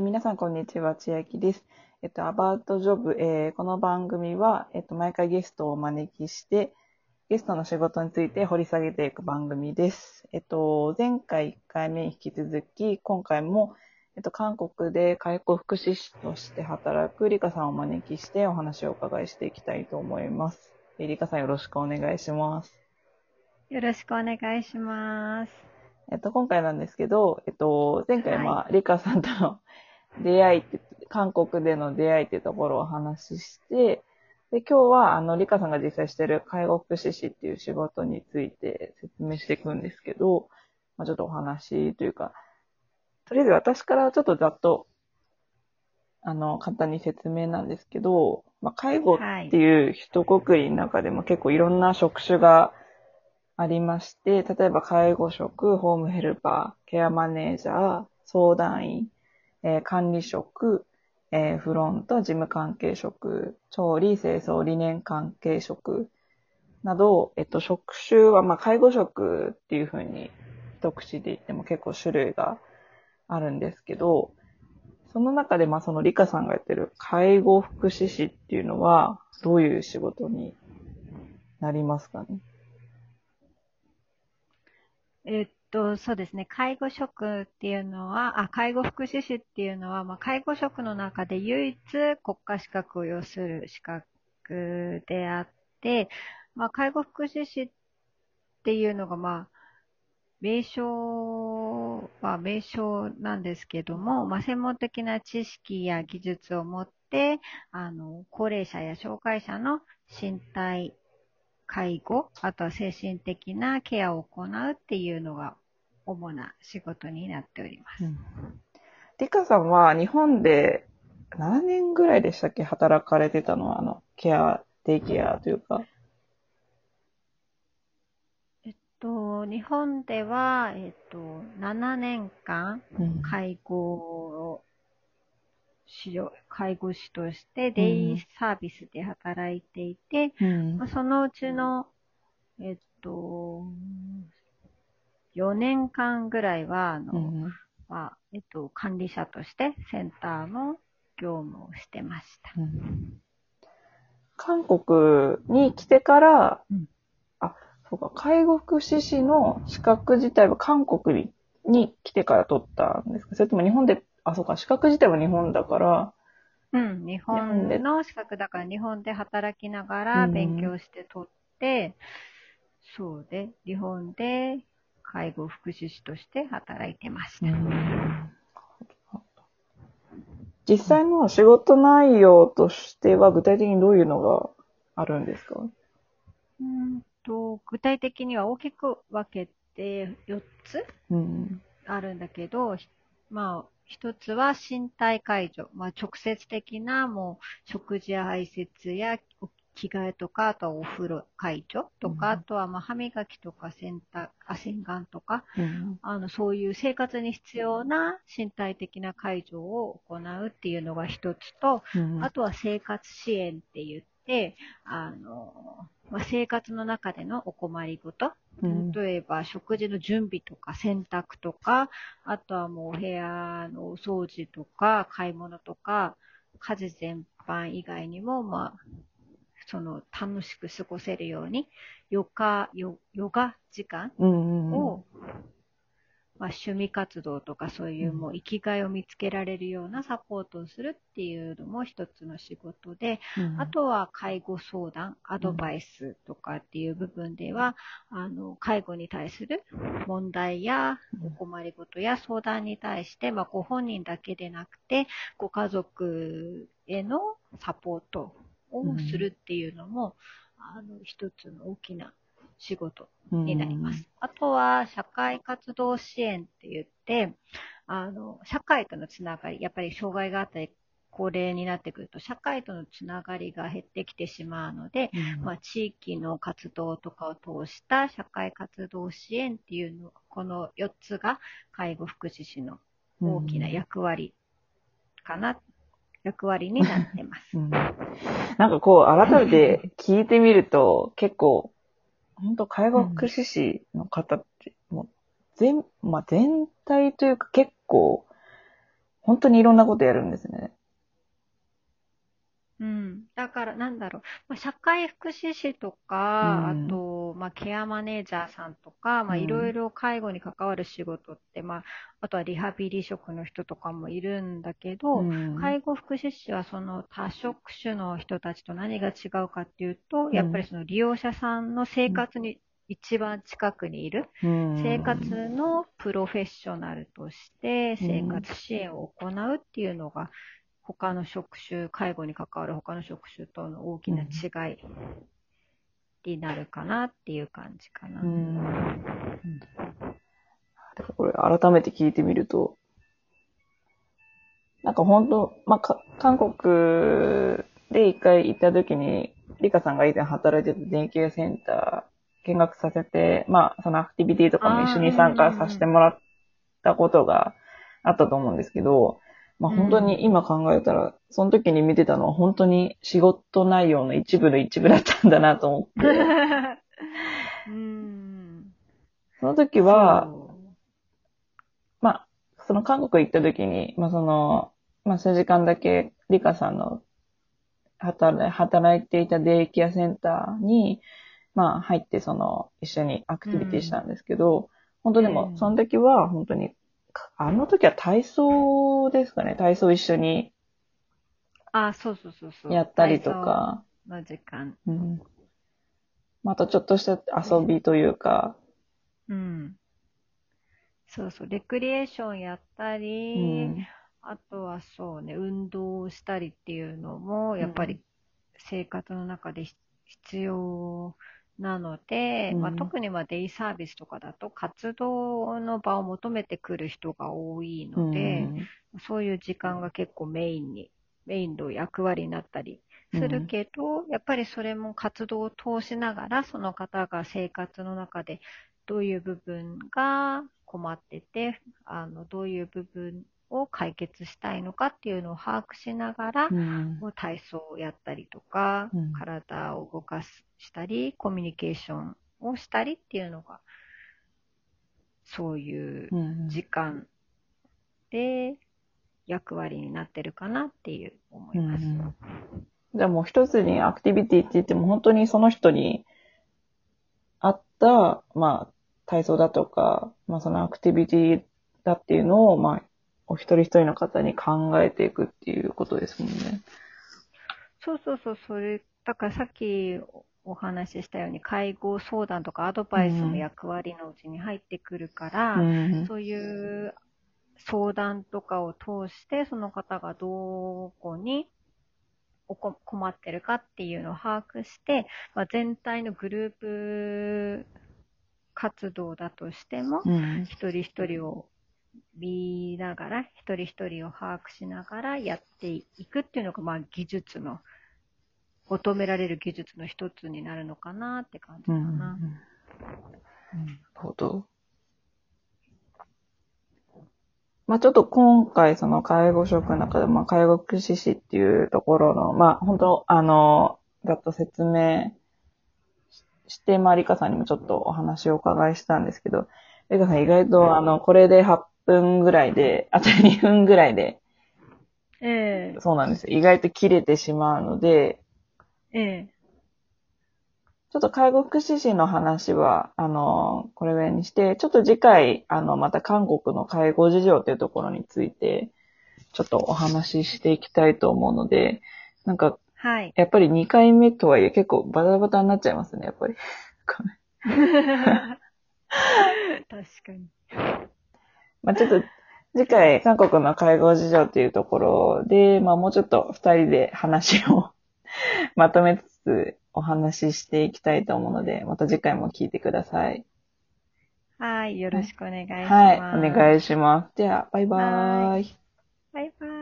皆さん、こんにちは。千秋です。アバウトジョブ、この番組は、毎回ゲストをお招きして、ゲストの仕事について掘り下げていく番組です。前回1回目に引き続き、今回も、韓国で介護福祉士として働くリカさんをお招きしてお話をお伺いしていきたいと思います。リカさんよろしくお願いします。 よろしくお願いします。 今回なんですけど、前回、 はい。 リカさんとの出会いって、韓国での出会いっていうところをお話しして、で、今日は、リカさんが実際している介護福祉士っていう仕事について説明していくんですけど、ちょっとお話というか、とりあえず私からちょっとざっと、簡単に説明なんですけど、介護ってはい。 いう一括りの中でも結構いろんな職種がありまして、例えば介護職、ホームヘルパー、ケアマネージャー、相談員、管理職、フロント、事務関係職、調理、清掃、理念関係職など、職種は、介護職っていう風に一口で言っても結構種類があるんですけど、その中で、そのリカさんがやってる介護福祉士っていうのは、どういう仕事になりますかね？ そうですね。介護職っていうのは、介護福祉士っていうのは、介護職の中で唯一国家資格を要する資格であって、介護福祉士っていうのが、名称は名称なんですけども、専門的な知識や技術を持って、高齢者や障害者の身体介護、あとは精神的なケアを行うっていうのが主な仕事になっております。 うん。リカさんは日本で何年ぐらいでしたっけ、働かれてたのは、デイケアというか。 日本では、7年間うん。 介護士としてデイうん。 サービスで働いていて、 うん。 そのうちの、えっと、4年間ぐらいは、 うん。 管理者としてセンターの業務をしてました。 うん。韓国に来てから、 うん。 あ、そうか、介護福祉士の資格自体は韓国に来てから取ったんですか？それとも日本で、そうか、資格自体は日本だから、 うん、日日本で、 本の資格だから日本で働きながうら勉ん。 強して取って、そうで、日本で介護福祉士として働いてましうた。 ん。実うん際の仕事内容としては具体的にどういうのがあるんですか？ 具体的には大きく分けて4つうん。 あるんだけど、一つは身体介助。直接的なもう食事や排泄や着替えとか、あとはお風呂介助とか、あうん。 とは歯磨きとか洗顔とか、 うん。 そういう生活に必要な身体的な介助を行うっていうのが一つと、 うん。 あとは生活支援って言って、生活の中でのお困りごと、 うん。 例えば食事の準備とか洗濯とか、あとはもうお部屋のお掃除とか買い物とか、家事全般以外にも、楽しく過ごせるように、ヨガ時間うん。うん。 を、趣味活動とかそういうもう生きがいを見つけられるようなサポートをするっていうのも一つの仕事で、 うん。 あとは介護相談、アドバイスとかっていう部分では、介護に対する問題やお困りごとや相談に対して、ご本人だけでなくて、ご家族へのサポートをするっていうのも、一つの大きな仕事うになりまん。 す。あとは、社会活動支援って言って、社会とのつながり、やっぱり障害があったり、高齢になってくると、社会とのつながりが減ってきてしまうので、 うん。 地域の活動とかを通した社会活動支援っていうの、この4つが介護福祉士の大きな役割になってます。 うん。なんか改めて聞いてみると、結構、本当介護福祉士の方って、もう全体というか結構、 本当にいろんなことやるんですね。 うん。だから、なんだろう。社会福祉士とうか、あん。 と、ケアマネージャーさんとか、いろいうん。 ろ介護に関わる仕事って、あとはリハビリ職の人とかもいるんだけうど、 ん。 介護福祉士はその多職種の人たちと何が違うかっていうと、やっぱりうん。 その利用者さんの生活に一番近くにいる、 う生活ん。 のプロフェッショナルとして生うん。 活支援を行うっていうのが、他の職種、介護に関わる他の職種との大きなうん。 違いになるかなっていう感じかな。 うん。だからこれ改めて聞いてみると、なんか本当、韓国で一回行った時に、リカさんが以前働いてたデイケアセンター見学させて、そのアクティビティとかも一緒ああ、うに参加させてんもらったことがあったと思うんですけど、 うんうん。 本当に今考えたら、その時に見てたのは本当に仕事内容の一部の一部だったんだなと思って、 うん。 その時は、 そまあ、その韓国行った時に、数時間だけリカさんの働いていたデイケアセンターに、入って、一緒にアクう。うティビティしたん。 んですけど、本当でも、そのええ、 時は、本当に、あの時は体操ですかね。体操一緒にあ、そうそうそうそう。 やったりと体操か、 の時間。 うん。あとちょっとした遊びというか、 うん。そうそう。レクリエーションやったり、 うん、 あとはそうね、運動をしたりっていうのも、 うん、 やっぱり生活の中で必要なので、 うん、 特にデイサービスとかだと活動の場を求めてくる人が多いうので、 ん、 そういう時間が結構メインの役割になったりするうん、 けど、やっぱりそれも活動を通しながら、その方が生活の中でどういう部分が困ってて、どういう部分を解決したいのかっていうのを把握しながら、 うん、 もう体操をやったりとか、 うん、 体を動かしたり、コミュニケーションをしたりっていうのが、そういううん、 時間で役割になってるかなっていう思ういます。 ん。じゃあもう一つにアクティビティって言っても本当にその人に合った、体操だとか、そのアクティビティだっていうのを、お一人一人の方に考えていくっていうことですもんね。 そうそうそう、だからさっきお話ししたように、介護相談とかアドバイスもうん、 役割のうちに入ってくるから、 うん、 そういう相談とかを通して、その方がどこに困ってるかっていうのを把握して、全体のグループ活動だとしても、 うん、 一人一人を見ながら、一人一人を把握しながらやっていくっていうのが、求められる技術の一つになるのかなって感じうん、 かな。 なるうん。 ほど。ちょっと今回その介護職の中で、介護福祉士っていうところの、本当ざっと説明して、リカさんにもちょっとお話をお伺いしたんですけど、リカさん意外とこれで8分ぐらいで、あと2分ぐらいで、 えそうなんですよ。意外と切れてしまうので、 え、ええ。 ちょっと介護福祉士の話は、これぐらいにして、ちょっと次回、また韓国の介護事情というところについて、ちょっとお話ししていきたいと思うので、なんか、 はい。 やっぱり2回目とはいえ結構バタバタになっちゃいますね、やっぱり。 確かに。 ちょっと次回韓国の介護事情というところで、もうちょっと2人で話をまとめつつお話ししていきたいと思うので、また次回も聞いてください。 はい。よろしくお願いしはい、おます。 願いします。では、バイはい。 バーイ。 バイバイ。